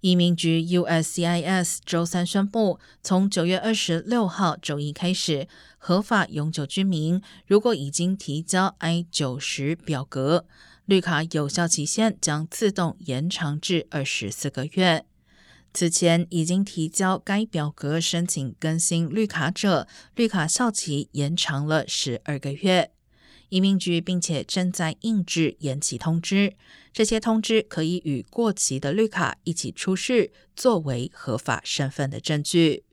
移民局 USCIS 周三宣布，从9月26号周一开始，合法永久居民如果已经提交 I-90 表格，绿卡有效期限将自动延长至24个月。此前已经提交该表格申请更新绿卡者，绿卡效期延长了12个月。移民局并且正在印制延期通知，这些通知可以与过期的绿卡一起出示，作为合法身份的证据。